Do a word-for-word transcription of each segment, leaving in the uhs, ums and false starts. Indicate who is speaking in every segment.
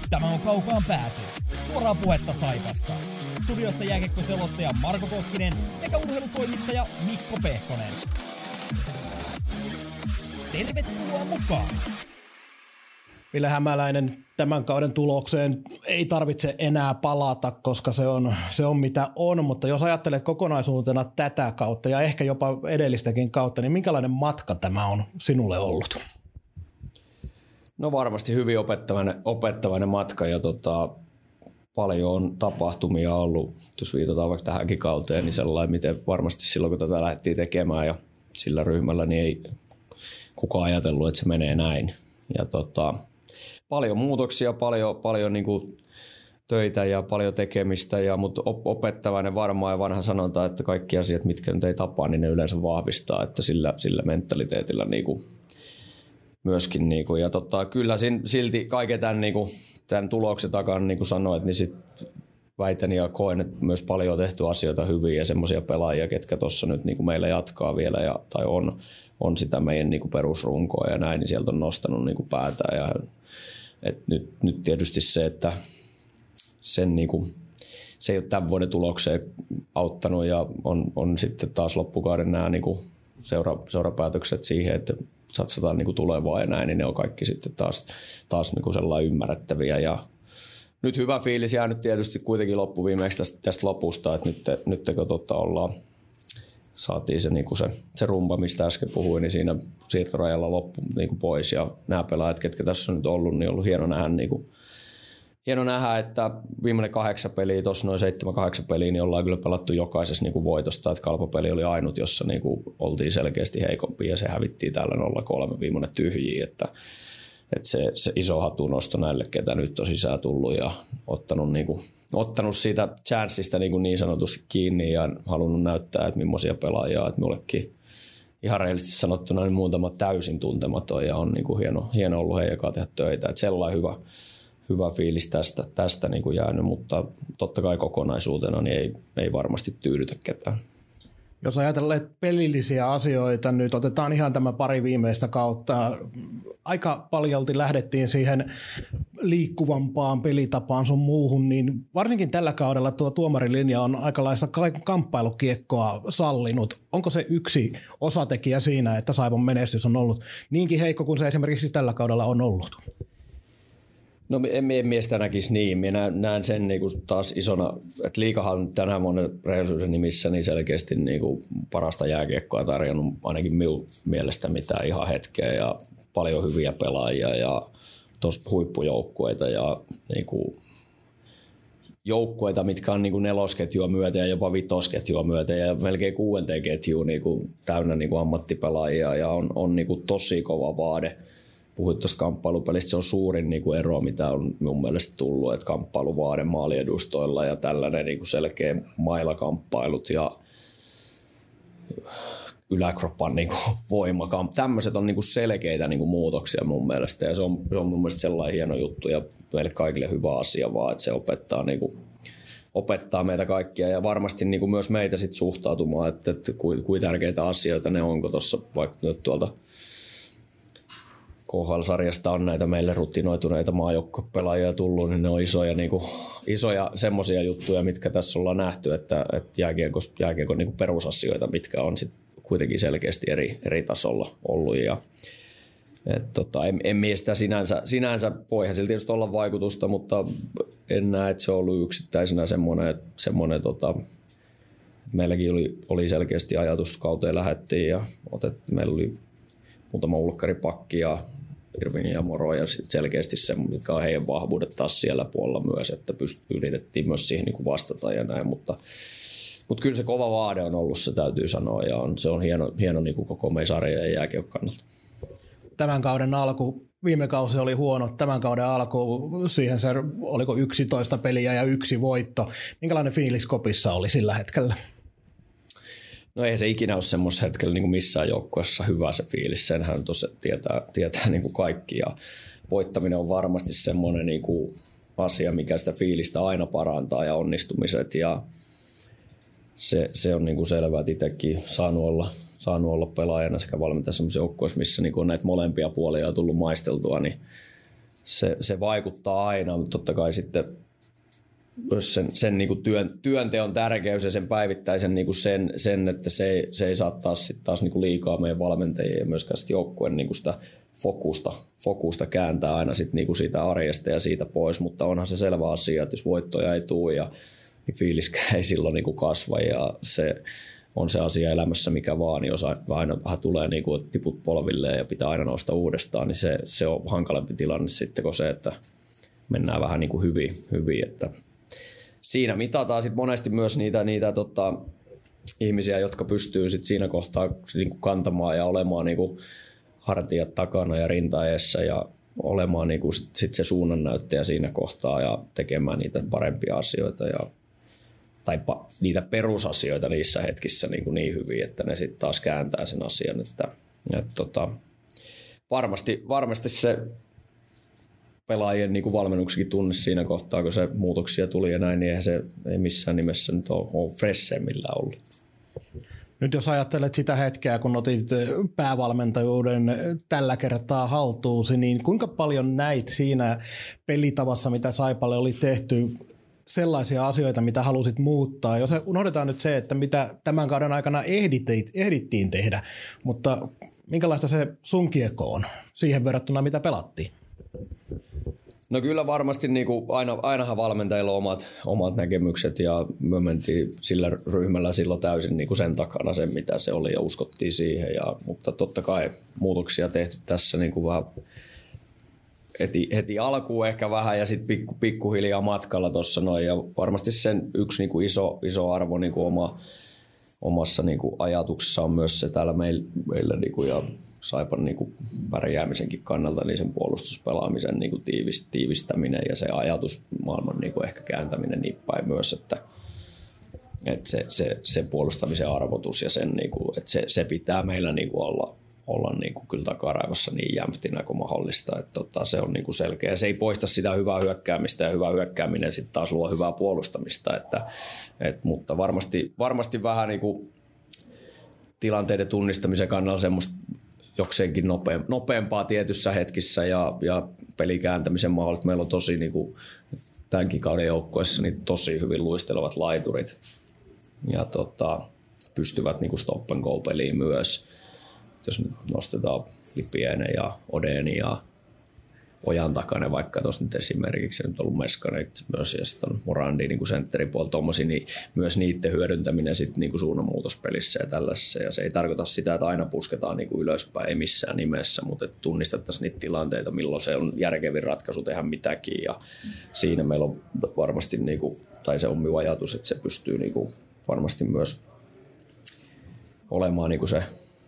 Speaker 1: Tämä on Kaukaan pääty. Suoraa puhetta Saipasta. Studiossa jääkiekkoselostaja Marko Koskinen sekä urheilutoimittaja Mikko Pehkonen. Tervetuloa mukaan!
Speaker 2: Ville Hämäläinen, tämän kauden tulokseen ei tarvitse enää palata, koska se on, se on mitä on, mutta jos ajattelet kokonaisuutena tätä kautta ja ehkä jopa edellistäkin kautta, niin minkälainen matka tämä on sinulle ollut?
Speaker 3: No varmasti hyvin opettavainen, opettavainen matka ja tota, paljon on tapahtumia ollut, jos viitataan vaikka tähänkin kauteen, niin sellainen, miten varmasti silloin kun tätä lähdettiin tekemään ja sillä ryhmällä, niin ei kukaan ajatellut, että se menee näin. Ja tota, paljon muutoksia, paljon, paljon niin kuin töitä ja paljon tekemistä, ja, mutta opettavainen varmaan ja vanha sanonta, että kaikki asiat, mitkä nyt ei tapaa, niin ne yleensä vahvistaa, että sillä, sillä mentaliteetillä niin kuin myöskin. Niin kuin, ja tota, kyllä silti kaiken tämän, niin kuin, tämän tuloksen takana, niin kuin sanoit, niin sit väitän ja koen, että myös paljon on tehty asioita hyvin ja semmoisia pelaajia, ketkä tuossa nyt niin kuin meillä jatkaa vielä ja, tai on, on sitä meidän niin kuin perusrunkoa ja näin, niin sieltä on nostanut niin kuin päätään. Ja, et nyt, nyt tietysti se, että sen, niin kuin, se ei ole tämän vuoden tulokseen auttanut ja on, on sitten taas loppukauden nämä niin kuin seura, seurapäätökset siihen, että satsataan niin kuin tulevaa ja näin, niin ne on kaikki sitten taas, taas niin kuin sellainen ymmärrettäviä ja nyt hyvä fiilis jää nyt tietysti kuitenkin loppuviimeksi tästä, tästä lopusta, että nyt, nyt kun totta ollaan, saatiin se, niin kuin se, se rumba, mistä äsken puhuin, niin siinä siirtorajalla loppu niin kuin pois. Ja nämä pelaajat, ketkä tässä on nyt ollut, niin on ollut hieno nähdä, niin kuin, hieno nähdä että viimeinen kahdeksan peliä, tuossa noin seitsemän kahdeksan peliä, niin ollaan kyllä pelattu jokaisessa niin kuin voitosta. Että Kalpa-peli oli ainut, jossa niin kuin oltiin selkeästi heikompia ja se hävittiin täällä nolla kolme viimeinen tyhjiä, että Että se, se iso hatunosto näille, ketä nyt on sisään tullut ja ottanut, niin kuin, ottanut siitä chanceista niin, niin sanotusti kiinni ja halunnut näyttää, että millaisia pelaajia. Että minullekin ihan rehellisesti sanottuna niin muutama täysin tuntematon ja on niin kuin hieno, hieno ollut heidän kanssa tehdä töitä. Että sellainen hyvä, hyvä fiilis tästä, tästä niin kuin jäänyt, mutta totta kai kokonaisuutena niin ei, ei varmasti tyydytä ketään.
Speaker 2: Jos ajatellaan pelillisiä asioita, nyt otetaan ihan tämä pari viimeistä kautta. Aika paljolti lähdettiin siihen liikkuvampaan pelitapaan sun muuhun, niin varsinkin tällä kaudella tuo tuomarilinja on aikalaista kamppailukiekkoa sallinut. Onko se yksi osatekijä siinä, että Saipon menestys on ollut niinkin heikko kuin se esimerkiksi tällä kaudella on ollut?
Speaker 3: No en, en miestä näkisi niin. Minä näen, näen sen niin kuin taas isona, että liigahan on tänään monen rehellisyyden nimissä niin selkeästi niin kuin parasta jääkiekkoa tarjonnut ainakin minun mielestä mitään ihan hetkeä ja paljon hyviä pelaajia ja tuossa huippujoukkueita ja niin kuin joukkueita, mitkä on niin kuin nelosketjua myöten ja jopa vitosketjua myöten ja melkein kuudenteen ketjua niin kuin täynnä niin kuin ammattipelaajia ja on, on niin kuin tosi kova vaade. Puhuit tuosta kamppailupelistä, se on suurin niin kuin ero, mitä on mun mielestä tullut, että kamppailuvaade maaliedustoilla ja tällainen niin kuin selkeä mailakamppailut ja yläkroppan niin kuin voima. Tämmöiset on niin kuin selkeitä niin kuin muutoksia mun mielestä ja se on, se on mun mielestä sellainen hieno juttu ja meille kaikille hyvä asia vaan, että se opettaa, niin kuin, opettaa meitä kaikkia ja varmasti niin kuin myös meitä sit suhtautumaan, että, että kuinka kui tärkeitä asioita ne onko tuossa vaikka nyt tuolta K H L-sarjasta on näitä meille rutinoituneita maajoukkopelaajia tullut, niin ne on isoja, niin kuin, isoja semmoisia juttuja, mitkä tässä ollaan nähty, että, että jääkiekon, jääkiekon niin kuin perusasioita, mitkä on sit kuitenkin selkeästi eri, eri tasolla ollut. Ja, et, tota, en, en mie sitä sinänsä, sinänsä voihan sillä tietysti olla vaikutusta, mutta en näe, että se on ollut yksittäisenä semmoinen, semmoinen tota, meilläkin oli, oli selkeästi ajatus, kauteen lähdettiin ja otet, meillä oli muutama ulkkaripakki ja Irvin ja Moro ja selkeästi se, mikä on heidän vahvuudet taas siellä puolella myös, että pyst- yritettiin myös siihen niin kuin vastata ja näin, mutta, mutta kyllä se kova vaade on ollut, se täytyy sanoa ja on, se on hieno, hieno niin kuin koko meidän sarja ja jääkiekon kannalta.
Speaker 2: Tämän kauden alku, viime kausi oli huono, tämän kauden alku, siihen se oliko yksitoista peliä ja yksi voitto. Minkälainen fiilis kopissa oli sillä hetkellä?
Speaker 3: No ei se ikinä ole semmoisessa hetkellä niin kuin missään joukkueessa hyvä se fiilis, senhän tuossa tietää, tietää niin kuin kaikki ja voittaminen on varmasti semmoinen niin kuin asia, mikä sitä fiilistä aina parantaa ja onnistumiset ja se, se on niin kuin selvää, että itsekin saanut olla, saanut olla pelaajana sekä valmentaa semmoisessa joukkueessa, missä niin kuin on näitä molempia puolia tullut maisteltua, niin se, se vaikuttaa aina, mutta totta kai sitten myös sen, sen niin kuin työn, työnteon tärkeys ja sen päivittäisen niin kuin sen, sen, että se ei, se ei saa taas, sit taas niin kuin liikaa meidän valmentajia ja myöskään joukkueen niin kuin sitä fokusta, fokusta kääntää aina sit niin kuin siitä arjesta ja siitä pois, mutta onhan se selvä asia, että jos voittoja ei tule ja niin fiiliskään ei silloin niin kuin kasva ja se on se asia elämässä mikä vaan, niin jos aina vähän tulee niin kuin tiput polvilleen ja pitää aina nousta uudestaan, niin se, se on hankalampi tilanne sitten kuin se, että mennään vähän niin kuin hyvin, hyvin että siinä mitataan sit monesti myös niitä, niitä tota, ihmisiä, jotka pystyy sit siinä kohtaa niinku kantamaan ja olemaan niinku hartiat takana ja rinta eessä ja olemaan niinku sit, sit se suunnannäyttäjä siinä kohtaa ja tekemään niitä parempia asioita ja, tai pa, niitä perusasioita niissä hetkissä niinku niin hyvin, että ne sitten taas kääntää sen asian. Että, et tota, varmasti, varmasti se pelaajien niin kuin valmennuksikin tunne siinä kohtaa, kun se muutoksia tuli ja näin, niin eihän se ei missään nimessä nyt ole, ole freshemmillä ollut.
Speaker 2: Nyt jos ajattelet sitä hetkeä, kun otit päävalmentajuuden tällä kertaa haltuusi, niin kuinka paljon näit siinä pelitavassa, mitä Saipalle oli tehty, sellaisia asioita, mitä halusit muuttaa? Jos unohdetaan nyt se, että mitä tämän kauden aikana ehdittiin, ehdittiin tehdä, mutta minkälaista se sun kiekko on siihen verrattuna, mitä pelattiin?
Speaker 3: No kyllä varmasti niin kuin aina, ainahan valmentajilla on omat, omat näkemykset ja me mentiin sillä ryhmällä silloin täysin niin kuin sen takana sen, mitä se oli ja uskottiin siihen. Ja, mutta totta kai muutoksia tehty tässä niin kuin vähän heti, heti alkuun ehkä vähän ja sitten pikku, pikkuhiljaa matkalla tuossa noin. Ja varmasti sen yksi niin kuin iso, iso arvo niin kuin oma, omassa niin kuin ajatuksessa on myös se täällä meillä, meillä niin kuin ja Saipan niin kuin pärjäämisenkin kannalta niin sen puolustuspelaamisen niin kuin tiivist, tiivistäminen ja se ajatusmaailman niin kuin ehkä kääntäminen niin päin myös, että, että se, se, se puolustamisen arvotus ja sen, niin kuin, että se, se pitää meillä niin kuin olla, olla niin kuin kyllä takaraivossa niin jämptinä kuin mahdollista. Että tota, se on niin kuin selkeä. Se ei poista sitä hyvää hyökkäämistä ja hyvä hyökkääminen sitten taas luo hyvää puolustamista. Että, et, mutta varmasti, varmasti vähän niin kuin tilanteiden tunnistamisen kannalta semmoista jokseenkin nopeampaa tietyssä hetkissä ja, ja pelikääntämisen mahdollisuus. Meillä on tosi niin kuin, tämänkin kauden joukkueessa niin tosi hyvin luistelevat laiturit ja tota, pystyvät niin kuin stop and go -peliin myös. Jos nyt nostetaan Lipiäinen ja Odeni ja Ojan takana, vaikka tuossa nyt esimerkiksi nyt on ollut Meskanen myös ja sitten on Morandi niin kuin sentteripuolella tommosia, niin myös niiden hyödyntäminen sitten niin kuin suunnanmuutospelissä ja tällaisessa. Ja se ei tarkoita sitä, että aina pusketaan niin kuin ylöspäin, ei missään nimessä, mutta että tunnistettaisiin niitä tilanteita, milloin se on järkevin ratkaisu tehdä mitäkin. Ja siinä meillä on varmasti, niin kuin, tai se on minun ajatus, että se pystyy niin kuin varmasti myös olemaan niin kuin se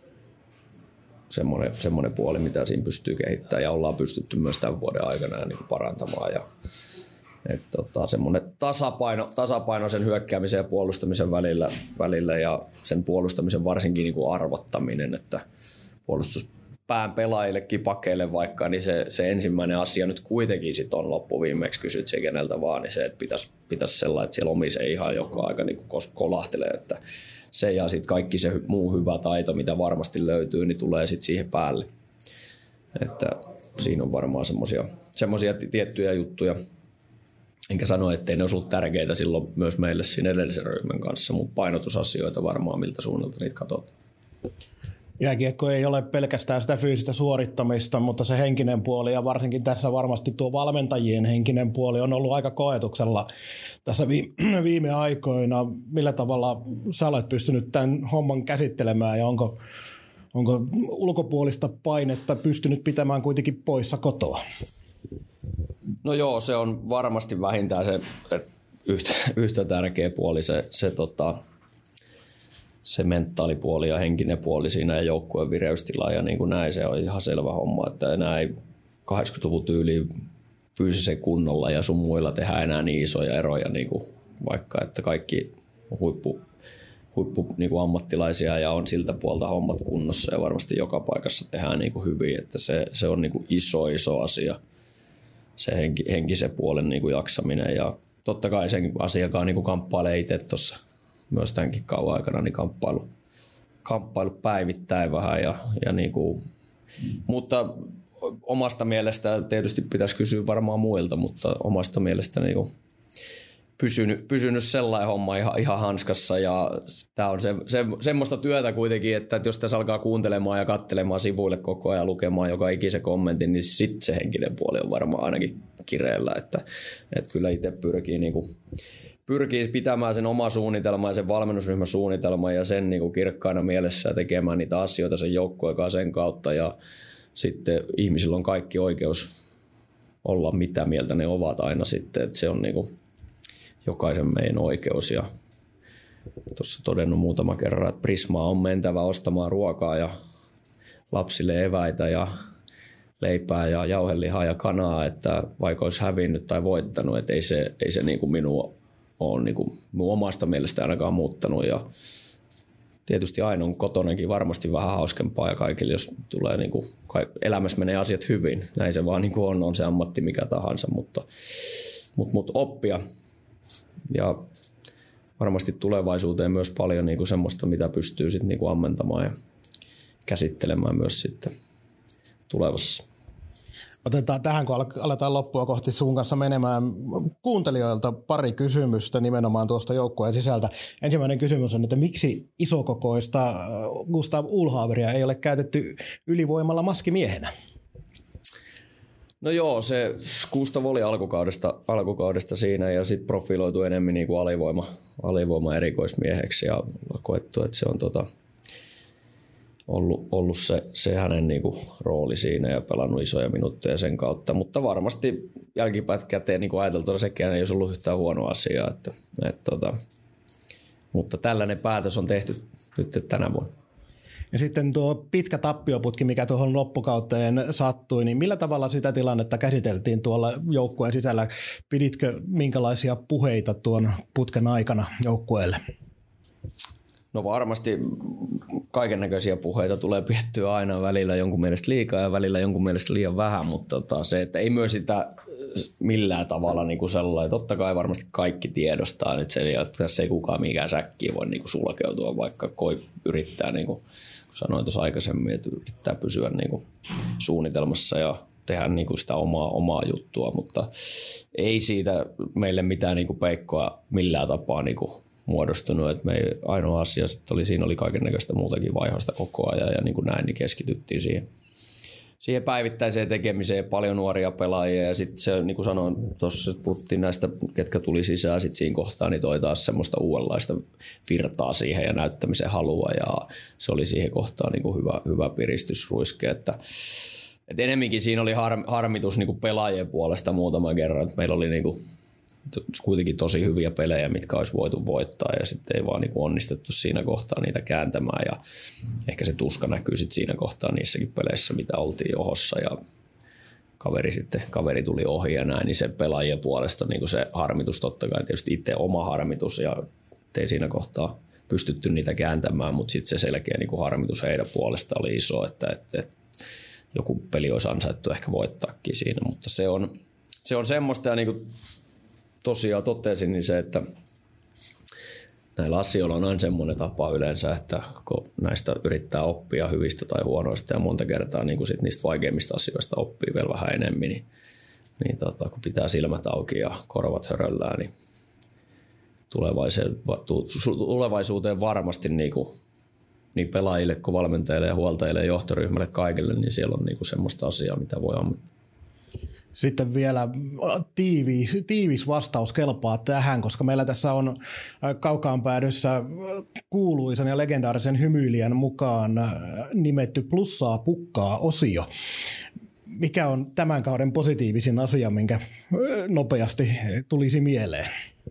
Speaker 3: Semmoinen, semmoinen puoli, mitä siinä pystyy kehittämään ja ollaan pystytty myös tämän vuoden aikana niin kuin parantamaan. Ja, et, tota, semmoinen tasapaino, tasapaino sen hyökkäämisen ja puolustamisen välillä, välillä ja sen puolustamisen varsinkin niin kuin arvottaminen, että puolustuspään pelaajille, kipakeille vaikka, niin se, se ensimmäinen asia nyt kuitenkin sit on loppuviimeksi, kysyt se keneltä vaan, niin se, että pitäisi, pitäisi sellainen, että siellä omissa ei ihan joka aika niin kuin kolahtelee, että se ja sitten kaikki se muu hyvä taito, mitä varmasti löytyy, niin tulee sitten siihen päälle. Että siinä on varmaan semmoisia tiettyjä juttuja. Enkä sano, ettei ne osu tärkeitä silloin myös meille siinä edellisen ryhmän kanssa, mutta painotusasioita varmaan miltä suunnalta niitä katsotaan.
Speaker 2: Jääkiekko ei ole pelkästään sitä fyysistä suorittamista, mutta se henkinen puoli ja varsinkin tässä varmasti tuo valmentajien henkinen puoli on ollut aika koetuksella tässä viime aikoina. Millä tavalla sä olet pystynyt tämän homman käsittelemään ja onko, onko ulkopuolista painetta pystynyt pitämään kuitenkin poissa kotoa?
Speaker 3: No joo, se on varmasti vähintään se yhtä, yhtä tärkeä puoli se, se tota... se mentaalipuoli ja henkinen puoli siinä ja joukkueen vireystila ja niin kuin näin, se on ihan selvä homma, että enää ei kahdeksankymmentäluvun tyyliin fyysisen kunnolla ja sun muilla tehdään enää niin isoja eroja, niin kuin vaikka että kaikki huippu, huippu niin kuin ammattilaisia ja on siltä puolta hommat kunnossa ja varmasti joka paikassa tehdään niin kuin hyvin, että se, se on niin kuin iso iso asia, se henki, henkisen puolen niin kuin jaksaminen ja totta kai sen asiakaan niin kuin kamppailee itse tuossa myös tämänkin kauan aikana niin kamppailu, kamppailu päivittäin vähän. Ja, ja niin kuin, mutta omasta mielestä tietysti pitäisi kysyä varmaan muilta, mutta omasta mielestä niin kuin pysynyt, pysynyt sellainen homma ihan, ihan hanskassa ja tämä on se, se, semmoista työtä kuitenkin, että jos tässä alkaa kuuntelemaan ja katselemaan sivuille koko ajan lukemaan joka ikisen kommentin, niin sitten se henkinen puoli on varmaan ainakin kireellä, että, että kyllä itse pyrkii, niin kuin, pyrkii pitämään sen oma suunnitelman ja sen valmennusryhmän suunnitelman ja sen niin kuin kirkkaana mielessä ja tekemään niitä asioita sen joukkueen kanssa sen kautta ja sitten ihmisillä on kaikki oikeus olla mitä mieltä ne ovat aina sitten, että se on niin kuin jokaisen meidän oikeus ja tuossa todennut muutama kerran, että Prismaa on mentävä ostamaan ruokaa ja lapsille eväitä ja leipää ja jauhelihaa ja kanaa, että vaikka olisi hävinnyt tai voittanut, että ei se, ei se niin kuin minua ole niin kuin minun omasta mielestä ainakaan muuttanut ja tietysti aina on kotonenkin varmasti vähän hauskempaa ja kaikille, jos tulee niin kuin, elämässä menee asiat hyvin. Näin se vaan niin kuin on, on se ammatti mikä tahansa, mutta, mutta, mutta oppia. Ja varmasti tulevaisuuteen myös paljon niin kuin semmoista, mitä pystyy sitten niin kuin ammentamaan ja käsittelemään myös sitten tulevassa.
Speaker 2: Otetaan tähän, kun aletaan loppua kohti sun kanssa menemään kuuntelijoilta pari kysymystä nimenomaan tuosta joukkueen sisältä. Ensimmäinen kysymys on, että miksi isokokoista Gustav Uhlhaveria ei ole käytetty ylivoimalla maskimiehenä?
Speaker 3: No joo, se Gustav oli alkukaudesta, alkukaudesta siinä ja sitten profiloitu enemmän niin kuin alivoima, alivoima erikoismieheksi ja koettu, että se on tota, ollut, ollut se, se hänen niin kuin rooli siinä ja pelannut isoja minuutteja sen kautta. Mutta varmasti jälkikäteen niin ajateltuna sekään ei olisi ollut yhtään huono asia. Että, et, tota, mutta tällainen päätös on tehty nyt tänä vuonna.
Speaker 2: Ja sitten tuo pitkä tappioputki, mikä tuohon loppukauteen sattui, niin millä tavalla sitä tilannetta käsiteltiin tuolla joukkueen sisällä? Piditkö minkälaisia puheita tuon putken aikana joukkueelle?
Speaker 3: No varmasti kaikennäköisiä puheita tulee pidettyä aina välillä jonkun mielestä liikaa ja välillä jonkun mielestä liian vähän, mutta tota, se, että ei myös sitä millään tavalla niin kuin sellainen. Totta kai varmasti kaikki tiedostaa, että se, tässä ei kukaan mikään säkkiä voi niin kuin sulkeutua, vaikka koi yrittää, niin kuin sanoin tuossa aikaisemmin, että yrittää pysyä niin kuin suunnitelmassa ja tehdä niin kuin sitä omaa, omaa juttua, mutta ei siitä meille mitään niin kuin peikkoa millään tapaa niin kuin muodostunut, että me ei, ainoa asia oli, siinä oli kaikennäköistä muutakin vaihoista koko ajan ja niin kuin näin, niin keskityttiin siihen, siihen päivittäiseen tekemiseen, paljon nuoria pelaajia ja sitten se, niin kuin sanoin, tuossa puhuttiin näistä, ketkä tuli sisään sitten siinä kohtaa, niin toi taas semmoista uudenlaista virtaa siihen ja näyttämisen halua ja se oli siihen kohtaan niin kuin hyvä, hyvä piristysruiske, että et enemminkin siinä oli har, harmitus niin kuin pelaajien puolesta muutaman kerran, että meillä oli niin kuin kuitenkin tosi hyviä pelejä, mitkä olisi voitu voittaa ja sitten ei vaan niin kuin onnistettu siinä kohtaa niitä kääntämään ja ehkä se tuska näkyy sitten siinä kohtaa niissäkin peleissä, mitä oltiin johossa ja kaveri sitten, kaveri tuli ohi ja näin, niin se pelaajien puolesta niin kuin se harmitus totta kai tietysti itse oma harmitus ja ei siinä kohtaa pystytty niitä kääntämään, mutta sitten se selkeä niin kuin harmitus heidän puolesta oli iso, että, että, että joku peli olisi ansaittu ehkä voittaakin siinä, mutta se on, se on semmoista ja niin kuin tosiaan totesin, niin se, että näillä asioilla on aina semmoinen tapa yleensä, että kun näistä yrittää oppia hyvistä tai huonoista ja monta kertaa niin kun sit niistä vaikeimmista asioista oppii vielä vähän enemmän, niin, niin tota, kun pitää silmät auki ja korvat höröllään, niin tulevaisuuteen varmasti niin, kuin, niin pelaajille kuin valmentajille ja huoltajille ja johtoryhmälle kaikille, niin siellä on niin kuin semmoista asiaa, mitä voi ammattaa.
Speaker 2: Sitten vielä tiivis, tiivis vastaus kelpaa tähän, koska meillä tässä on kaukaan päädyssä kuuluisan ja legendaarisen hymyilijän mukaan nimetty plussaa pukkaa osio. Mikä on tämän kauden positiivisin asia, minkä nopeasti tulisi mieleen?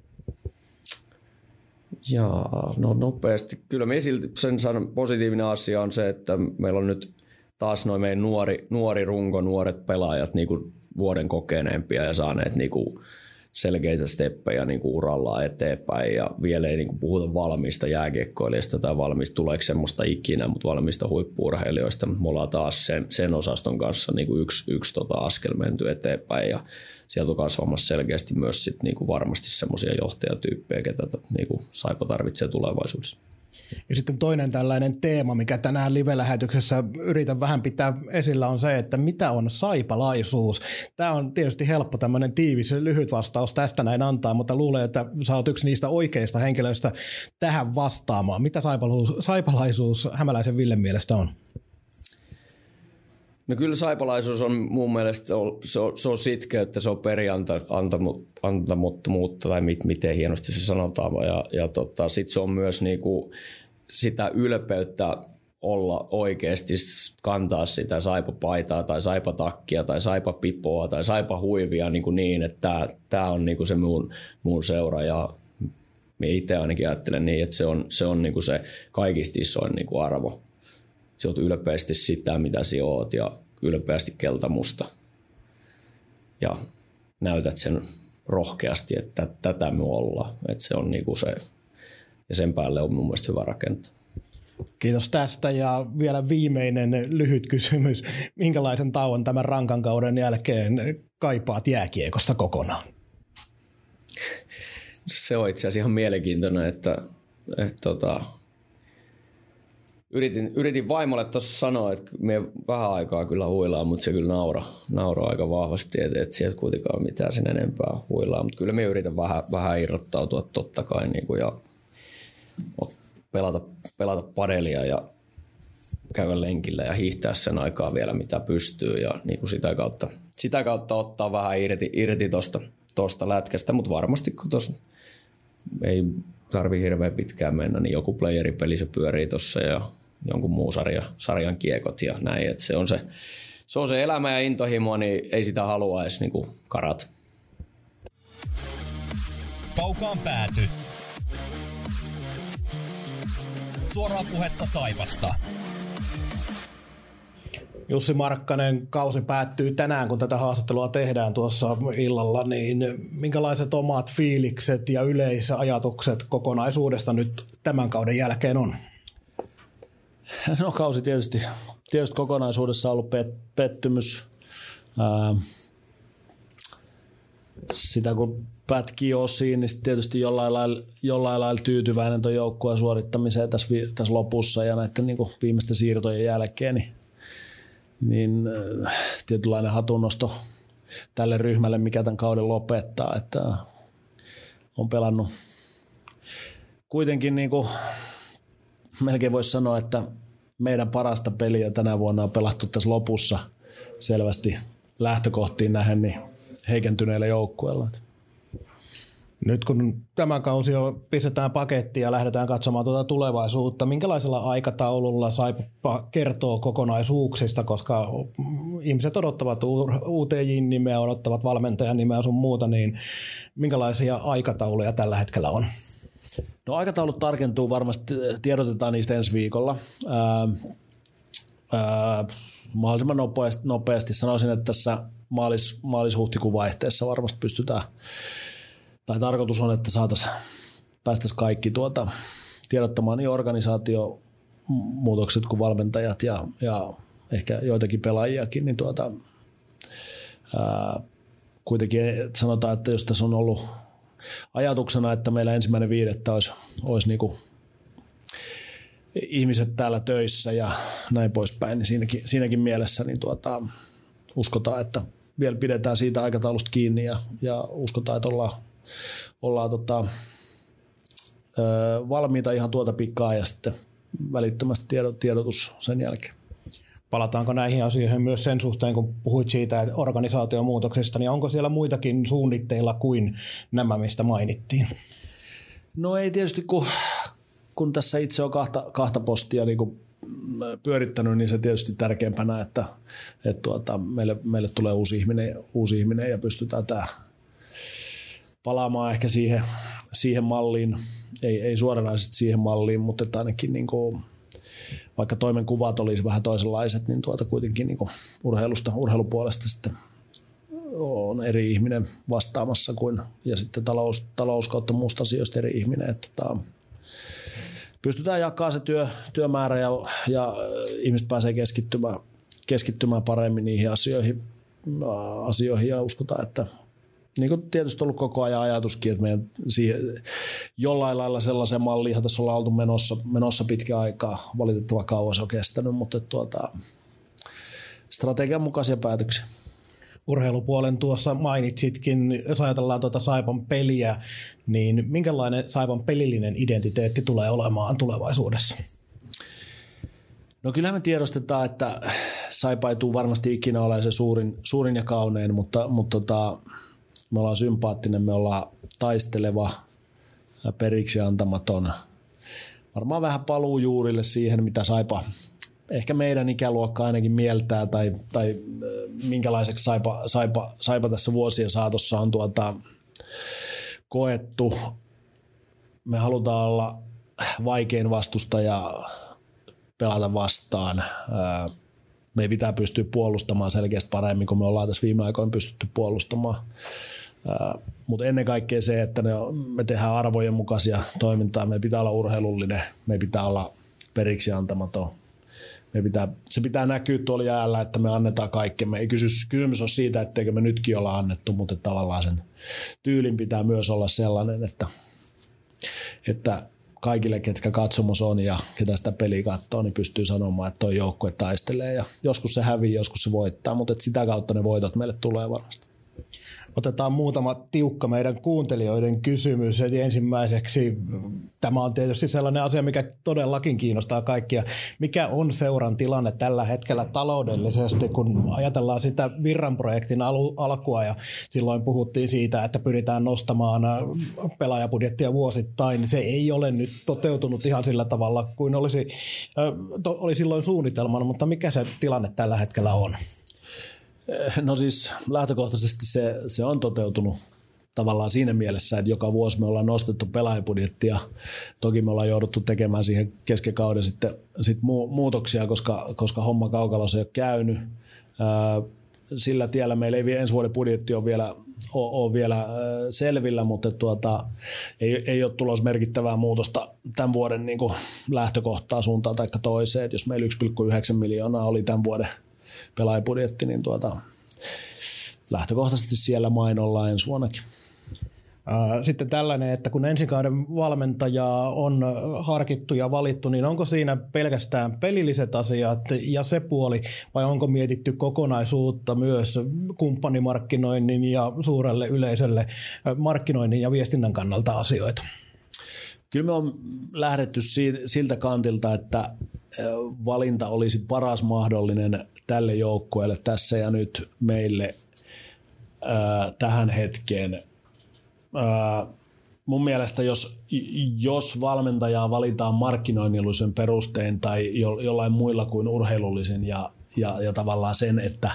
Speaker 3: Jaa, no nopeasti. Kyllä me silti sen sanon, positiivinen asia on se, että meillä on nyt taas noin meidän nuori, nuori runko, nuoret pelaajat niin kuin vuoden kokeneempia ja saaneet niin kuin selkeitä steppejä niin kuin urallaan eteenpäin ja vielä ei niin kuin puhuta valmiista jääkiekkoilijasta tai valmista, tuleeko semmoista ikinä, mutta valmista huippu-urheilijoista, mutta me ollaan taas sen, sen osaston kanssa niin kuin yksi, yksi tota askel menty eteenpäin ja sieltä on kasvamassa selkeästi myös sit niin kuin varmasti semmoisia johtajatyyppejä, ketä niin kuin Saipa tarvitsee tulevaisuudessa.
Speaker 2: Ja sitten toinen tällainen teema, mikä tänään live-lähetyksessä yritän vähän pitää esillä, on se, että mitä on saipalaisuus. Tämä on tietysti helppo tämmöinen tiivis lyhyt vastaus tästä näin antaa, mutta luulen, että sä oot yksi niistä oikeista henkilöistä tähän vastaamaan. Mitä saipalaisuus, saipalaisuus Hämäläisen Villen mielestä on?
Speaker 3: No kyllä saipalaisuus on mun mielestä, se on, se on, se on sitkeyttä, se on periantamuttomuutta tai mit, miten hienosti se sanotaan. Ja, ja tota, sitten se on myös niinku sitä ylpeyttä olla oikeasti kantaa sitä saipapaitaa tai saipatakkia tai saipapipoa tai saipahuivia niin, niin että tämä on niinku se mun, mun seura ja minä itse ainakin ajattelen niin, että se on se, on niinku se kaikista isoin niinku arvo. Sä oot ylpeästi sitä, mitä sä oot ja ylpeästi keltamusta. Ja näytät sen rohkeasti, että tätä me ollaan. Että se on niinku se, ja sen päälle on mun mielestä hyvä rakentaa.
Speaker 2: Kiitos tästä ja vielä viimeinen lyhyt kysymys. Minkälaisen tauon tämän rankan kauden jälkeen kaipaat jääkiekosta kokonaan?
Speaker 3: Se on itse asiassa ihan mielenkiintoinen, että, että tota, Yritin, yritin vaimolle tuossa sanoa, että me vähän aikaa kyllä huilaa, mutta se kyllä naura, naura aika vahvasti, että et sieltä kuitenkaan mitään sen enempää huilaa. Mutta kyllä me yritän vähän, vähän irrottautua totta kai niin kuin, ja pelata, pelata padelia ja käydä lenkillä ja hiihtää sen aikaa vielä mitä pystyy ja niin kuin sitä, kautta, sitä kautta ottaa vähän irti, irti tosta, tosta lätkästä, mutta varmasti kun tuossa ei tarvii hirveän pitkään mennä, niin joku playeripeli se pyörii tuossa ja jonkun muu sarja, sarjan kiekot ja näin. Et se, on se, se on se elämä ja intohimo, niin ei sitä halua edes niin kuin karat.
Speaker 1: Kaukaan pääty. Suoraa puhetta Saipasta.
Speaker 2: Jussi Markkanen, kausi päättyy tänään, kun tätä haastattelua tehdään tuossa illalla, niin minkälaiset omat fiilikset ja yleisajatukset kokonaisuudesta nyt tämän kauden jälkeen on?
Speaker 4: No kausi tietysti, tietysti kokonaisuudessa on ollut pet, pettymys. Ää, sitä kun pätkii osiin, niin tietysti jollain lailla, jollain lailla tyytyväinen tuon joukkueen suorittamiseen tässä, tässä lopussa ja näiden niin kuin viimeisten siirtojen jälkeen, niin niin tietynlainen hatunnosto tälle ryhmälle, mikä tämän kauden lopettaa, että on pelannut kuitenkin niin kuin melkein voisi sanoa, että meidän parasta peliä tänä vuonna on pelattu tässä lopussa selvästi lähtökohtiin nähden niin heikentyneillä joukkueilla.
Speaker 2: Nyt kun tämä kausi jo pistetään pakettiin ja lähdetään katsomaan tuota tulevaisuutta, minkälaisella aikataululla Saipa kertoo kokonaisuuksista, koska ihmiset odottavat U T J:n nimeä, odottavat valmentajan nimeä sun muuta, niin minkälaisia aikatauluja tällä hetkellä on?
Speaker 4: No aikataulut tarkentuu varmasti, tiedotetaan niistä ensi viikolla. Ää, ää, mahdollisimman nopeasti, nopeasti sanoisin, että tässä maalis, maalis-huhtikuun vaihteessa varmasti pystytään tai tarkoitus on, että saataisiin päästäisiin kaikki tuota, tiedottamaan niin organisaatiomuutokset kuin valmentajat ja, ja ehkä joitakin pelaajiakin, niin tuota, ää, kuitenkin sanotaan, että jos tässä on ollut ajatuksena, että meillä ensimmäinen viidettä olisi, olisi niin kuin ihmiset täällä töissä ja näin poispäin, niin siinäkin, siinäkin mielessä niin tuota, uskotaan, että vielä pidetään siitä aikataulusta kiinni ja, ja uskotaan, että ollaan ollaan tota, ö, valmiita ihan tuota pikkaa ja sitten välittömästi tiedot, tiedotus sen jälkeen.
Speaker 2: Palataanko näihin asioihin myös sen suhteen, kun puhuit siitä että organisaatiomuutoksesta, niin onko siellä muitakin suunnitteilla kuin nämä, mistä mainittiin?
Speaker 4: No ei tietysti, kun, kun tässä itse on kahta, kahta postia niin kuin pyörittänyt, niin se tietysti tärkeimpänä, että, että tuota, meille, meille tulee uusi ihminen, uusi ihminen ja pystytään tämä palaamaan ehkä siihen, siihen malliin, ei, ei suoranaisesti siihen malliin, mutta että ainakin niin kuin, vaikka toimenkuvat olisi vähän toisenlaiset, niin tuota kuitenkin niin kuin urheilusta, urheilupuolesta sitten on eri ihminen vastaamassa kuin, ja sitten talous, talous kautta muusta asioista eri ihminen, että tota, pystytään jakamaan se työ, työmäärä ja, ja ihmiset pääsee keskittymään, keskittymään paremmin niihin asioihin, asioihin ja uskotaan, että niin kuin tietysti ollut koko ajan ajatuskin, että meidän siihen, jollain lailla sellaisen malliin tässä ollaan oltu menossa, menossa pitkä aikaa. Valitettavan kauan se on kestänyt, mutta tuota, strategian mukaisia päätöksiä.
Speaker 2: Urheilupuolen tuossa mainitsitkin, jos ajatellaan tuota Saipan peliä, niin minkälainen Saipan pelillinen identiteetti tulee olemaan tulevaisuudessa?
Speaker 4: No kyllä me tiedostetaan, että Saipa ei tule varmasti ikinä olemaan se suurin, suurin ja kaunein, mutta, mutta tota, me ollaan sympaattinen, me ollaan taisteleva, periksi antamaton. Varmaan vähän paluu juurille siihen, mitä Saipa, ehkä meidän ikäluokka ainakin mieltää, tai, tai minkälaiseksi Saipa, Saipa, Saipa tässä vuosien saatossa on tuota, koettu. Me halutaan olla vaikein vastustaja, pelata vastaan. Me pitää pystyä puolustamaan selkeästi paremmin, kun me ollaan tässä viime aikoina pystytty puolustamaan. Mutta ennen kaikkea se, että ne on, me tehdään arvojen mukaisia toimintaa. Me pitää olla urheilullinen, me pitää olla periksi antamaton. Me pitää, se pitää näkyä tuolla jäällä, että me annetaan kaikkemme. Ei kysymys, kysymys ole siitä, etteikö me nytkin olla annettu, mutta tavallaan sen tyylin pitää myös olla sellainen, että, että kaikille, ketkä katsomus on ja ketä sitä peliä katsoo, niin pystyy sanomaan, että toi joukkue taistelee. Ja joskus se hävii, joskus se voittaa, mutta sitä kautta ne voitot meille tulee varmasti.
Speaker 2: Otetaan muutama tiukka meidän kuuntelijoiden kysymys. Eli ensimmäiseksi tämä on tietysti sellainen asia, mikä todellakin kiinnostaa kaikkia. Mikä on seuran tilanne tällä hetkellä taloudellisesti, kun ajatellaan sitä Virran-projektin al- alkua ja silloin puhuttiin siitä, että pyritään nostamaan pelaajabudjettia vuosittain. Se ei ole nyt toteutunut ihan sillä tavalla kuin olisi, to, oli silloin suunnitelmana, mutta mikä se tilanne tällä hetkellä on?
Speaker 4: No siis lähtökohtaisesti se, se on toteutunut tavallaan siinä mielessä, että joka vuosi me ollaan nostettu pelaajabudjettia. Toki me ollaan jouduttu tekemään siihen kesken kauden sitten, sitten muutoksia, koska, koska homma kaukalossa ei ole käynyt. Sillä tiellä meillä ei ensi vuoden budjetti ole vielä, ole, ole vielä selvillä, mutta tuota, ei, ei ole tulossa merkittävää muutosta tämän vuoden niin kuin lähtökohtaa suuntaan tai toiseen. Et jos meillä yksi pilkku yhdeksän miljoonaa oli tämän vuoden pelaajabudjetti, niin tuota, lähtökohtaisesti siellä mainolla ensi vuonnakin.
Speaker 2: Sitten tällainen, että kun ensikauden valmentajaa on harkittu ja valittu, niin onko siinä pelkästään pelilliset asiat ja se puoli, vai onko mietitty kokonaisuutta myös kumppanimarkkinoinnin ja suurelle yleisölle markkinoinnin ja viestinnän kannalta asioita?
Speaker 4: Kyllä me on lähdetty siltä kantilta, että valinta olisi paras mahdollinen tälle joukkueelle tässä ja nyt meille ää, tähän hetkeen. Ää, mun mielestä jos, jos valmentajaa valitaan markkinoinnillisen perustein tai jo, jollain muilla kuin urheilullisen ja, ja, ja tavallaan sen, että,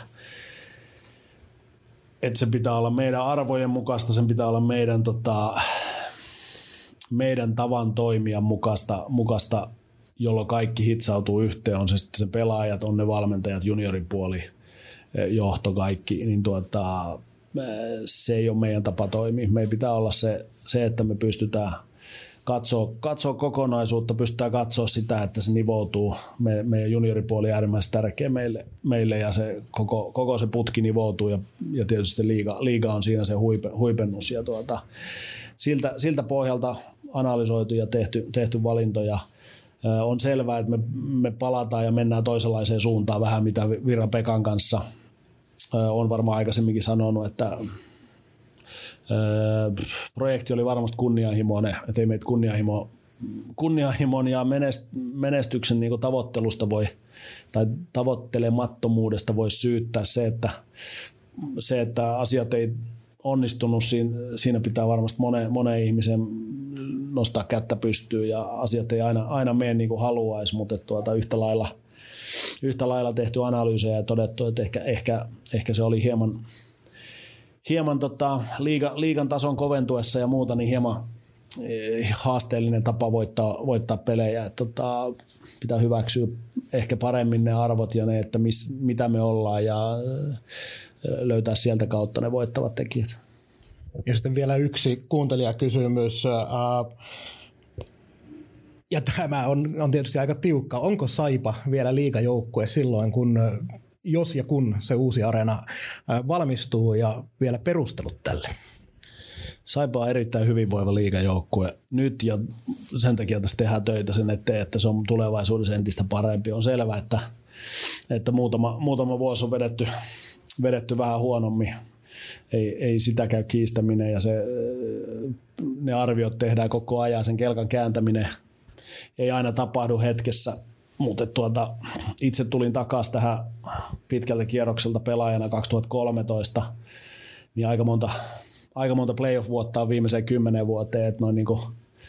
Speaker 4: että se pitää olla meidän arvojen mukaista, sen pitää olla meidän, tota, meidän tavan toimia mukaista, mukaista jolloin kaikki hitsautuu yhteen, on se sitten se pelaajat, on ne valmentajat, junioripuoli, johto, kaikki, niin tuota, se ei ole meidän tapa toimia. Meidän pitää olla se, se että me pystytään katsoa, katsoa kokonaisuutta, pystytään katsoa sitä, että se nivoutuu. Me, meidän junioripuoli on äärimmäisen tärkeä meille, meille ja se koko, koko se putki nivoutuu ja, ja tietysti liiga, liiga on siinä se huipe, huipennus. Ja tuota, siltä, siltä pohjalta analysoitu ja tehty, tehty valintoja. On selvää, että me, me palataan ja mennään toisenlaiseen suuntaan vähän mitä Virra Pekan kanssa on varmaan aikaisemminkin sanonut, että projekti oli varmasti kunnianhimoinen, että ei meitä kunnianhimo, kunnianhimon ja menestyksen niin kuin tavoittelusta voi, tai tavoittelemattomuudesta voi syyttää se, että, se, että asiat ei onnistunut, siinä, siinä pitää varmasti moneen, moneen ihmisen nostaa kättä pystyyn ja asiat ei aina, aina mene niin kuin haluaisi, mutta tuota, yhtä, lailla, yhtä lailla tehty analyysejä ja todettu, että ehkä, ehkä, ehkä se oli hieman, hieman tota, liiga, liigan tason koventuessa ja muuta, niin hieman haasteellinen tapa voittaa, voittaa pelejä. Et, tota, pitää hyväksyä ehkä paremmin ne arvot ja ne, että mis, mitä me ollaan ja löytää sieltä kautta ne voittavat tekijät.
Speaker 2: Ja sitten vielä yksi kuuntelijakysymys. Ja tämä on, on tietysti aika tiukka. Onko Saipa vielä liigajoukkue silloin, kun jos ja kun se uusi areena valmistuu ja vielä perustelut tälle?
Speaker 4: Saipa on erittäin hyvinvoiva liigajoukkue nyt ja sen takia tässä tehdään töitä sen eteen, että se on tulevaisuudessa entistä parempi. On selvää, että, että muutama, muutama vuosi on vedetty, vedetty vähän huonommin. Ei, ei sitä käy kiistäminen ja se, ne arviot tehdään koko ajan. Sen kelkan kääntäminen ei aina tapahdu hetkessä, mutta tuota, itse tulin takaisin tähän pitkältä kierrokselta pelaajana kaksituhattakolmetoista, niin aika monta Aika monta playoff-vuotta on viimeiseen kymmenen vuoteen, että noin niin kuin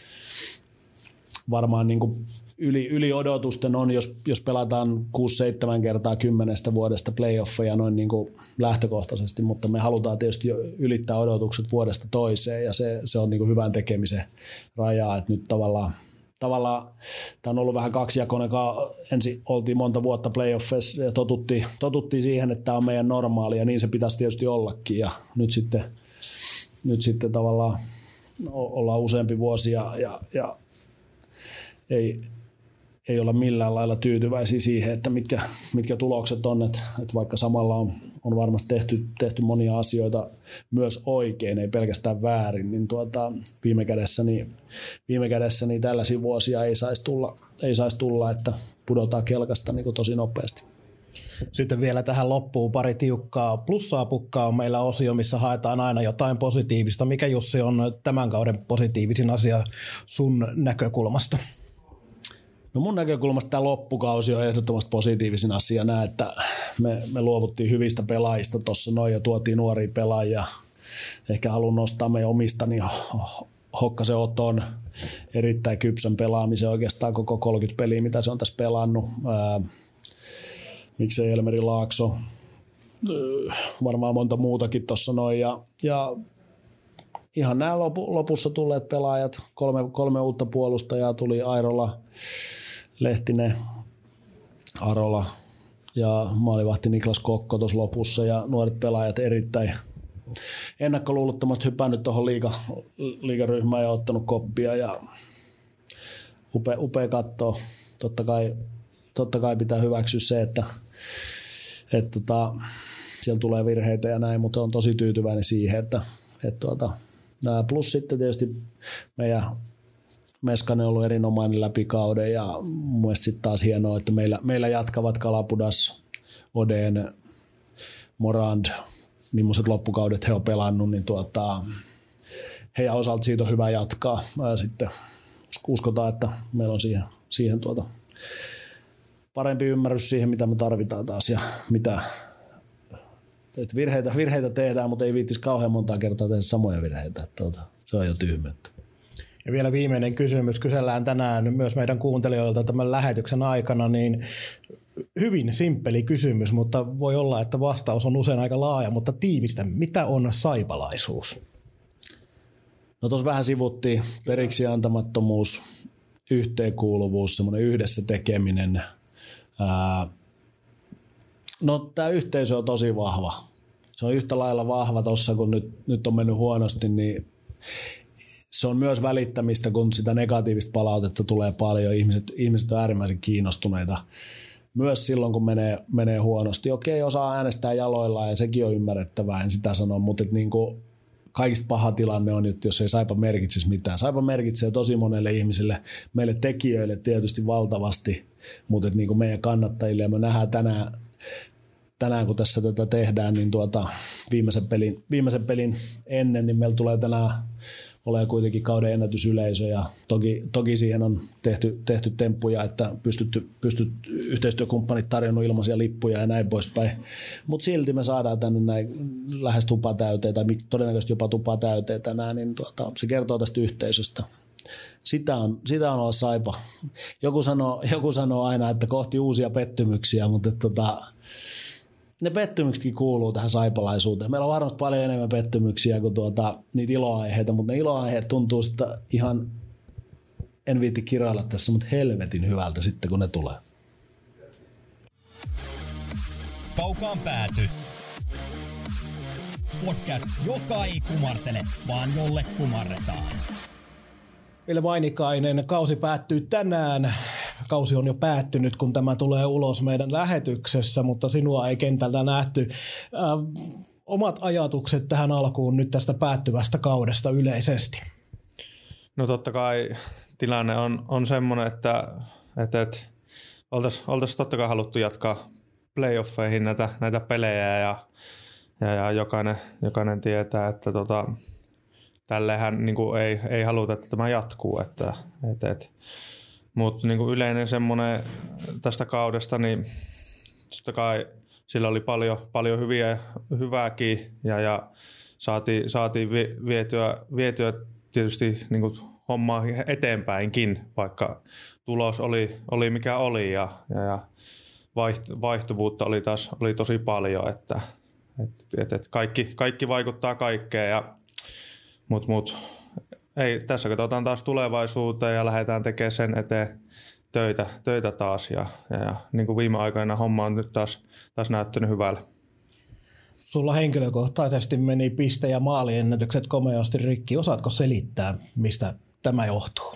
Speaker 4: varmaan niin kuin yli, yli odotusten on, jos, jos pelataan kuusi seitsemän kertaa kymmenestä vuodesta playoffeja noin niin kuin lähtökohtaisesti, mutta me halutaan tietysti ylittää odotukset vuodesta toiseen ja se, se on niin kuin hyvän tekemisen rajaa, että nyt tavallaan Tavallaan tämä on ollut vähän kaksijakoinen, ensin oltiin monta vuotta playoffissa ja totuttiin, totuttiin siihen, että tämä on meidän normaali ja niin se pitäisi tietysti ollakin ja nyt sitten Nyt sitten tavallaan ollaan useampi vuosi ja, ja, ja ei, ei olla millään lailla tyytyväisiä siihen, että mitkä, mitkä tulokset on. Että, että vaikka samalla on, on varmasti tehty, tehty monia asioita myös oikein, ei pelkästään väärin, niin tuota, viime kädessä, niin, viime kädessä niin tällaisia vuosia ei saisi tulla, ei saisi tulla, että pudotaan kelkasta niin kuin tosi nopeasti.
Speaker 2: Sitten vielä tähän loppuun pari tiukkaa plussaa pukkaa on meillä osio, missä haetaan aina jotain positiivista. Mikä Jussi on tämän kauden positiivisin asia sun näkökulmasta?
Speaker 4: No mun näkökulmasta tämä loppukausi on ehdottomasti positiivisin asia. Nää, että me, me luovuttiin hyvistä pelaajista tuossa noin ja tuotiin nuoria pelaajia. Ehkä haluan nostaa meidän omista, niin Hokkasen Otto on erittäin kypsän pelaamisen oikeastaan koko kolmekymmentä peliä, mitä se on tässä pelannut. Ää, miksei Elmeri Laakso, varmaan monta muutakin tuossa noin. Ja, ja ihan nämä lopu, lopussa tulleet pelaajat, kolme, kolme uutta puolustajaa tuli, Airola, Lehtinen, Arola ja maalivahti Niklas Kokko tuossa lopussa ja nuoret pelaajat erittäin ennakkoluulottomasti hypännyt tuohon liiga, liigaryhmään ja ottanut koppia ja upea, upea katsoa. Totta kai, totta kai pitää hyväksyä se, että että tota, siellä tulee virheitä ja näin, mutta on tosi tyytyväinen siihen, että, että tuota, plus sitten tietysti meidän Meskanen on ollut erinomainen läpi kauden ja mun mielestä sitten taas hienoa, että meillä, meillä jatkavat Kalapudas, Oden, Morand, millaiset loppukaudet he on pelannut, niin tuota, heidän osalta siitä on hyvä jatkaa. Ja sitten uskotaan, että meillä on siihen, siihen tuota, parempi ymmärrys siihen, mitä me tarvitaan taas ja mitä että virheitä, virheitä tehdään, mutta ei viittisi kauhean montaa kertaa tehdä samoja virheitä. Tuota, se on jo tyhmyyttä.
Speaker 2: Ja vielä viimeinen kysymys. Kysellään tänään myös meidän kuuntelijoilta tämän lähetyksen aikana, niin hyvin simppeli kysymys, mutta voi olla, että vastaus on usein aika laaja, mutta tiivistä. Mitä on saipalaisuus?
Speaker 4: No tuossa vähän sivuttiin periksi antamattomuus, yhteenkuuluvuus, semmoinen yhdessä tekeminen. Ää, no tämä yhteisö on tosi vahva. Se on yhtä lailla vahva tuossa, kun nyt, nyt on mennyt huonosti, niin se on myös välittämistä, kun sitä negatiivista palautetta tulee paljon. Ihmiset, ihmiset on äärimmäisen kiinnostuneita. Myös silloin, kun menee, menee huonosti. Okei, osaa äänestää jaloillaan ja sekin on ymmärrettävää, en sitä sano, mutta niin kuin kaikista paha tilanne on, että jos ei Saipa merkitsisi mitään. Saipa merkitsee tosi monelle ihmiselle, meille tekijöille tietysti valtavasti, mutta niin kuin meidän kannattajille ja me nähdään tänään, tänään kun tässä tätä tehdään, niin tuota, viimeisen, pelin, viimeisen pelin ennen, niin meillä tulee tänään olemaan kuitenkin kauden ennätysyleisö ja toki, toki siihen on tehty, tehty temppuja, että pystytty, pystyt yhteistyökumppanit tarjonnut ilmaisia lippuja ja näin poispäin. Mutta silti me saadaan tänne näin lähes tupa täyteen tai todennäköisesti jopa tupa täyteen tänään, niin tuota, se kertoo tästä yhteisöstä. Sitä on, sitä on olla Saipa. Joku sanoo, joku sanoo aina, että kohti uusia pettymyksiä, mutta tota, ne pettymyksetkin kuuluu tähän saipalaisuuteen. Meillä on varmasti paljon enemmän pettymyksiä kuin tuota, niitä iloaiheita, mutta ne iloaiheet tuntuu sitten ihan, en viitti kirailla tässä, mutta helvetin hyvältä sitten, kun ne tulee.
Speaker 1: Kaukaan pääty. Podcast, joka ei kumartele, vaan jolle kumarretaan.
Speaker 2: Ville Vainikainen, kausi päättyy tänään. kausi on jo päättynyt, kun tämä tulee ulos meidän lähetyksessä, mutta sinua ei kentältä nähty. Äh, omat ajatukset tähän alkuun nyt tästä päättyvästä kaudesta yleisesti?
Speaker 5: No totta kai tilanne on, on semmoinen, että, että, että oltaisiin oltais totta kai haluttu jatkaa playoffeihin näitä, näitä pelejä ja, ja, ja jokainen, jokainen tietää, että tota, tälleenhän niin kuin ei, ei haluta, että tämä jatkuu. Että, että, että. Mutta niin kuin yleinen semmoinen tästä kaudesta, niin totta kai sillä oli paljon, paljon hyviä, hyvääkin ja, ja saatiin, saatiin vietyä, vietyä tietysti niin kuin hommaa eteenpäinkin, vaikka tulos oli, oli mikä oli ja, ja, ja vaihtuvuutta oli taas oli tosi paljon, että et, et, et kaikki, kaikki vaikuttaa kaikkeen, ja, mut, mut, ei, tässä katsotaan taas tulevaisuuteen ja lähdetään tekemään sen eteen töitä, töitä taas ja, ja, ja niin kuin viime aikoina homma on nyt taas, taas näyttänyt hyvälle.
Speaker 2: Sulla henkilökohtaisesti meni piste- ja maaliennätykset komeasti rikki. Osaatko selittää, mistä tämä johtuu?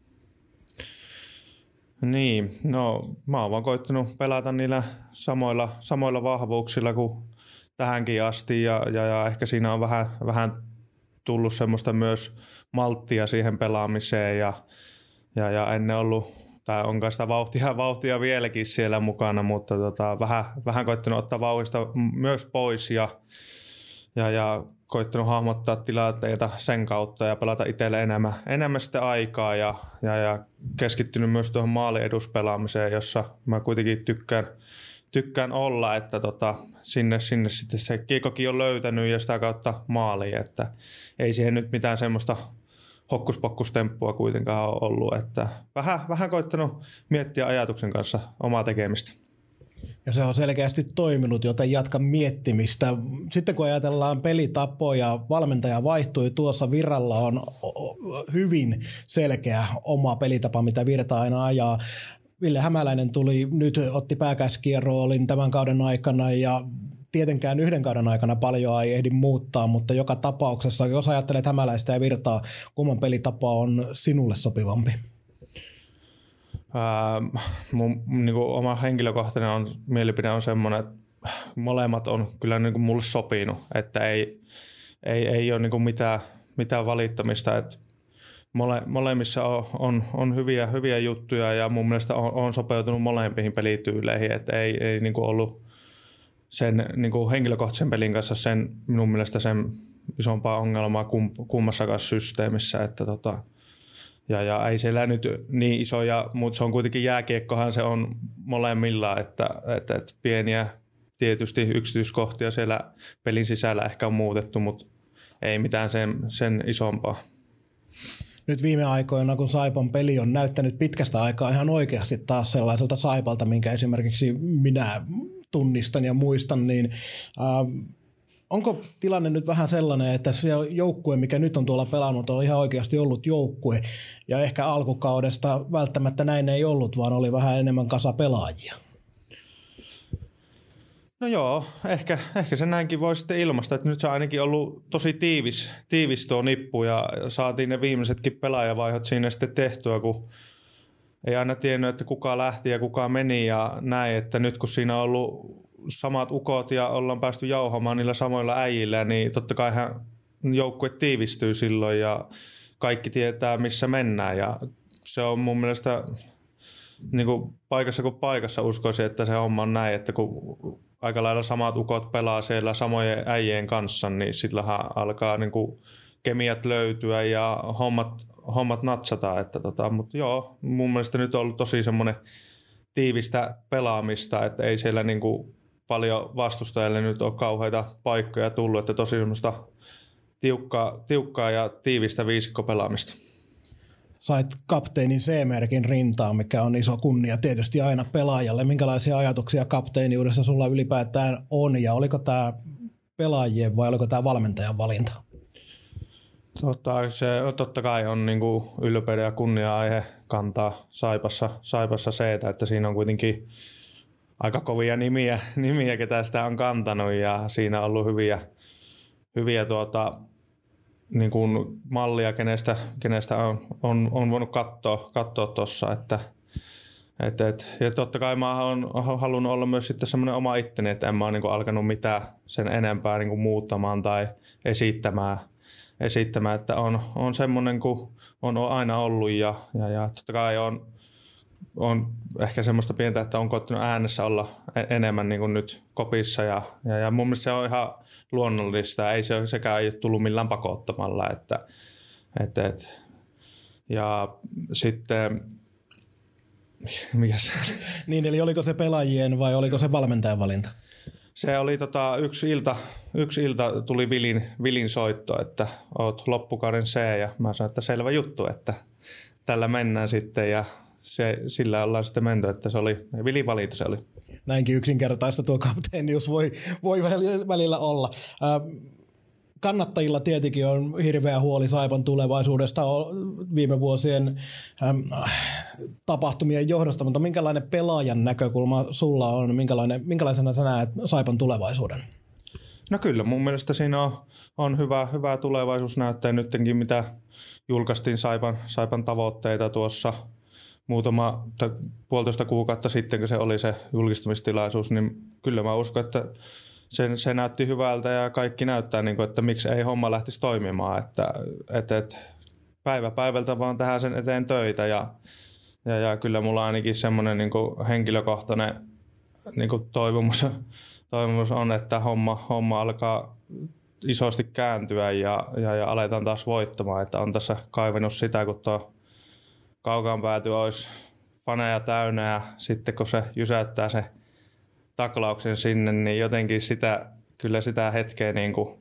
Speaker 5: Niin, no mä oon vaan koittanut pelata niillä samoilla, samoilla vahvuuksilla kuin tähänkin asti ja, ja, ja ehkä siinä on vähän, vähän tullut semmoista myös malttia siihen pelaamiseen ja, ja, ja ennen ollut, tai onkaan sitä vauhtia, vauhtia vieläkin siellä mukana, mutta tota, vähän, vähän koittanut ottaa vauhdista myös pois ja, ja, ja koittanut hahmottaa tilanteita sen kautta ja pelata itselle enemmän, enemmän sitten aikaa ja, ja, ja keskittynyt myös tuohon maalieduspelaamiseen, jossa mä kuitenkin tykkään, tykkään olla, että tota, sinne, sinne sitten se kiekkokin on löytänyt ja sitä kautta maaliin, että ei siihen nyt mitään semmoista hokkuspokkustemppua kuitenkaan ole ollut, että vähän, vähän koittanut miettiä ajatuksen kanssa omaa tekemistä.
Speaker 2: Ja se on selkeästi toiminut, joten jatka miettimistä. Sitten kun ajatellaan pelitapoja, valmentaja vaihtui, tuossa Virralla on hyvin selkeä oma pelitapa, mitä Virta aina ajaa. Ville Hämäläinen tuli nyt, otti pääkäskien roolin tämän kauden aikana ja tietenkään yhden kauden aikana paljon ei ehdi muuttaa, mutta joka tapauksessa, jos ajattelet Hämäläistä ja Virtaa, kumman pelitapa on sinulle sopivampi?
Speaker 5: Ää, mun niin kuin oma henkilökohtainen on, mielipide on semmoinen, että molemmat on kyllä niin kuin mulle sopinut, että ei, ei, ei ole niin kuin mitään, mitään valittamista, että mole, molemmissa on, on, on hyviä, hyviä juttuja ja mun mielestä on, on sopeutunut molempiin pelityyleihin, että ei, ei niin kuin ollut sen niin kuin henkilökohtaisen pelin kanssa sen, minun mielestä sen isompaa ongelmaa kum, kummassakaan systeemissä, että tota, Ja, ja ei siellä nyt niin isoja, mutta se on kuitenkin jääkiekkohan se on molemmilla, että, että, että pieniä tietysti yksityiskohtia siellä pelin sisällä ehkä on muutettu, mutta ei mitään sen, sen isompaa.
Speaker 2: Nyt viime aikoina, kun Saipan peli on näyttänyt pitkästä aikaa ihan oikeasti taas sellaiselta Saipalta, minkä esimerkiksi minä tunnistan ja muistan, niin äh, onko tilanne nyt vähän sellainen, että se joukkue, mikä nyt on tuolla pelannut, on ihan oikeasti ollut joukkue, ja ehkä alkukaudesta välttämättä näin ei ollut, vaan oli vähän enemmän kasa pelaajia?
Speaker 5: No joo, ehkä, ehkä se näinkin voi sitten ilmaista, että nyt se on ainakin ollut tosi tiivis, tiivis tuo nippu, ja saatiin ne viimeisetkin pelaajavaihot siinä sitten tehtyä, kun ei aina tiennyt, että kuka lähti ja kuka meni ja näin, että nyt kun siinä on ollut samat ukot ja ollaan päästy jauhamaan niillä samoilla äijillä, niin totta kai joukkue tiivistyy silloin ja kaikki tietää, missä mennään. Ja se on mun mielestä niin kuin paikassa kuin paikassa uskoisin, että se homma on näin, että kun aika lailla samat ukot pelaa siellä samojen äijien kanssa, niin sillähän alkaa niin kuin kemiat löytyä ja hommat, hommat natsata. Että tota, mutta joo, mun mielestä nyt on ollut tosi semmoinen tiivistä pelaamista, että ei siellä niin kuin paljon vastustajille nyt on kauheita paikkoja tullut, että tosi semmoista tiukkaa, tiukkaa ja tiivistä viisikkopelaamista.
Speaker 2: Sait kapteenin C-merkin rintaan, mikä on iso kunnia tietysti aina pelaajalle. Minkälaisia ajatuksia kapteeniudessa sulla ylipäätään on, ja oliko tämä pelaajien vai oliko tämä valmentajan valinta?
Speaker 5: Totta, se totta kai on niin kuin ylpeyden ja kunnia-aihe kantaa Saipassa, Saipassa se, että siinä on kuitenkin aika kovia nimiä, nimiä, ketä sitä on kantanut, ja siinä on ollut hyviä, hyviä tuota, niin kuin mallia, kenestä, kenestä on, on, on voinut katsoa, katsoa tuossa, että, Et, et, ja totta kai mä oon halunnut olla myös sitten semmoinen oma itteni, että en mä ole niin kuin alkanut mitään sen enempää niin kuin muuttamaan tai esittämään, esittämään että on, on semmoinen kuin on aina ollut ja, ja, ja totta kai on, on ehkä semmoista pientä, että on koettanut äänessä olla enemmän niin kuin nyt kopissa ja, ja, ja mun mielestä se on ihan luonnollista, ei se, sekään ei ole tullut millään pakottamalla, että, et, et. Ja sitten mikä se
Speaker 2: Niin, eli oliko se pelaajien vai oliko se valmentajan valinta?
Speaker 5: Se oli tota, yksi, ilta, yksi ilta tuli Vilin, Vilin soitto, että oot loppukauden C ja mä sanoin, että selvä juttu, että tällä mennään sitten ja se, sillä ollaan sitten menty, että se oli Vilin valinta se oli.
Speaker 2: Näinkin yksinkertaista tuo kapteenius voi, voi välillä olla. Äh, Kannattajilla tietenkin on hirveä huoli Saipan tulevaisuudesta viime vuosien äm, tapahtumien johdosta, mutta minkälainen pelaajan näkökulma sulla on, minkälainen, minkälaisena sä näet Saipan tulevaisuuden?
Speaker 5: No kyllä, mun mielestä siinä on, on hyvä, hyvä tulevaisuus näyttää nytkin, mitä julkaistiin Saipan, Saipan tavoitteita tuossa muutama tai puolitoista kuukautta sitten, kun se oli se julkistamistilaisuus, niin kyllä mä uskon, että Se, se näytti hyvältä ja kaikki näyttää, niin kuin, että miksi ei homma lähtisi toimimaan. Että, että, että päivä päivältä vaan tehdään sen eteen töitä ja, ja, ja kyllä mulla ainakin semmoinen niin kuin henkilökohtainen niin kuin toivomus, toivomus on, että homma, homma alkaa isosti kääntyä ja, ja, ja aletaan taas voittamaan. Että on tässä kaivannut sitä, kun tuo kaukaan pääty olisi faneja täynnä ja sitten kun se jysäyttää se taklauksen sinne, niin jotenkin sitä, kyllä sitä hetkeä niin kuin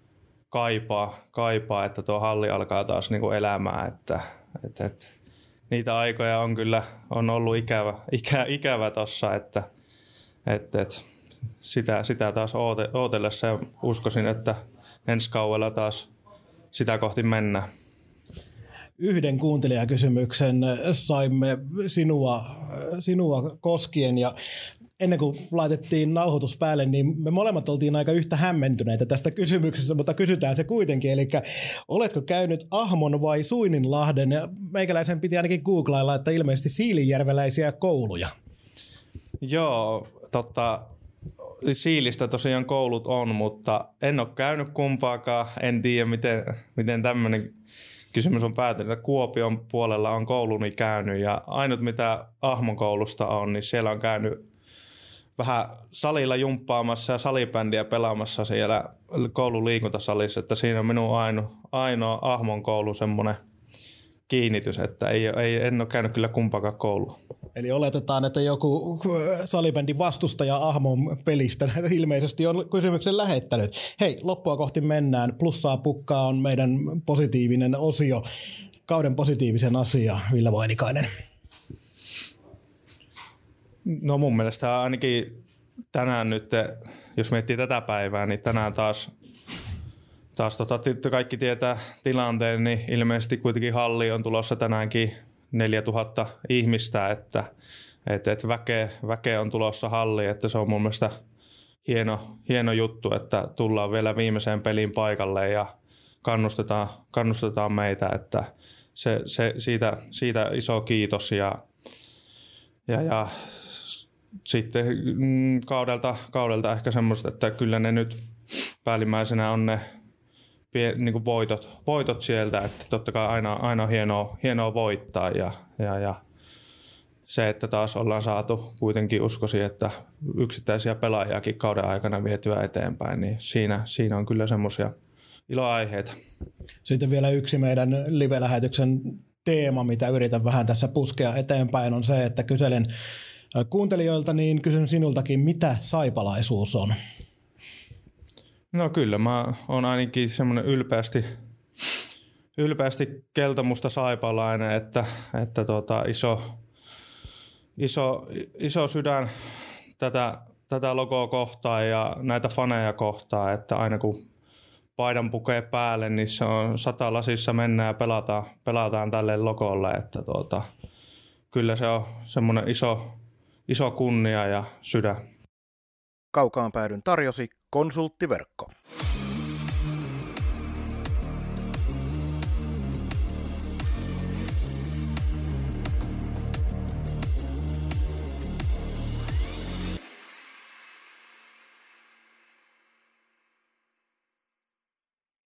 Speaker 5: kaipaa, kaipaa, että tuo halli alkaa taas niin kuin elämään. Että, että, että niitä aikoja on kyllä on ollut ikävä, ikä, ikävä tuossa, että, että, että sitä, sitä taas ootellessa ja uskoisin, että ensi kaudella taas sitä kohti mennään.
Speaker 2: Yhden kuuntelijakysymyksen saimme sinua, sinua koskien ja ennen kuin laitettiin nauhoitus päälle, niin me molemmat oltiin aika yhtä hämmentyneitä tästä kysymyksestä, mutta kysytään se kuitenkin. Eli oletko käynyt Ahmon vai Suininlahden? Ja meikäläisen piti ainakin googlailla, että ilmeisesti siilinjärveläisiä kouluja.
Speaker 5: Joo, totta. Siilistä tosiaan koulut on, mutta en ole käynyt kumpaakaan. En tiedä, miten, miten tämmöinen kysymys on päätynyt. Kuopion puolella on kouluni käynyt ja ainut mitä Ahmon koulusta on, niin siellä on käynyt vähän salilla jumppaamassa ja salibändiä pelaamassa siellä koulun liikuntasalissa, että siinä on minun ainoa, ainoa Ahmon koulu semmoinen kiinnitys, että ei, ei, en ole käynyt kyllä kumpaakaan koulua.
Speaker 2: Eli oletetaan, että joku salibändin vastustaja Ahmon pelistä ilmeisesti on kysymyksen lähettänyt. Hei, loppua kohti mennään. Plussaa pukkaa on meidän positiivinen osio. Kauden positiivisen asia, Ville Vainikainen.
Speaker 5: No mun mielestä ainakin tänään nyt, jos miettii tätä päivää, niin tänään taas, taas tota, kaikki tietää tilanteen, niin ilmeisesti kuitenkin halli on tulossa tänäänkin neljätuhatta ihmistä, että, että, että väkeä, väkeä on tulossa halliin, että se on mun mielestä hieno, hieno juttu, että tullaan vielä viimeiseen pelin paikalle ja kannustetaan, kannustetaan meitä, että se, se, siitä, siitä iso kiitos ja, ja, ja sitten mm, kaudelta, kaudelta ehkä semmoista, että kyllä ne nyt päällimmäisenä on ne pien, niin kuin voitot, voitot sieltä, että totta kai aina, aina on hienoa, hienoa voittaa ja, ja, ja se, että taas ollaan saatu kuitenkin uskoisin, että yksittäisiä pelaajiakin kauden aikana vietyä eteenpäin, niin siinä, siinä on kyllä semmoisia iloaiheita.
Speaker 2: Sitten vielä yksi meidän live-lähetyksen teema, mitä yritän vähän tässä puskea eteenpäin, on se, että kyselen kuuntelijoilta, niin kysyn sinultakin, mitä saipalaisuus on?
Speaker 5: No kyllä, mä oon ainakin semmoinen ylpeästi, ylpeästi keltamusta saipalainen, että, että tota iso, iso, iso sydän tätä, tätä logoa kohtaan ja näitä faneja kohtaan, että aina kun paidan pukee päälle, niin se on sata lasissa mennään ja pelataan, pelataan tälle logolle, että tuota, kyllä se on semmoinen iso, iso kunnia ja sydän.
Speaker 2: Kaukaan päädyn tarjosi Konsulttiverkko.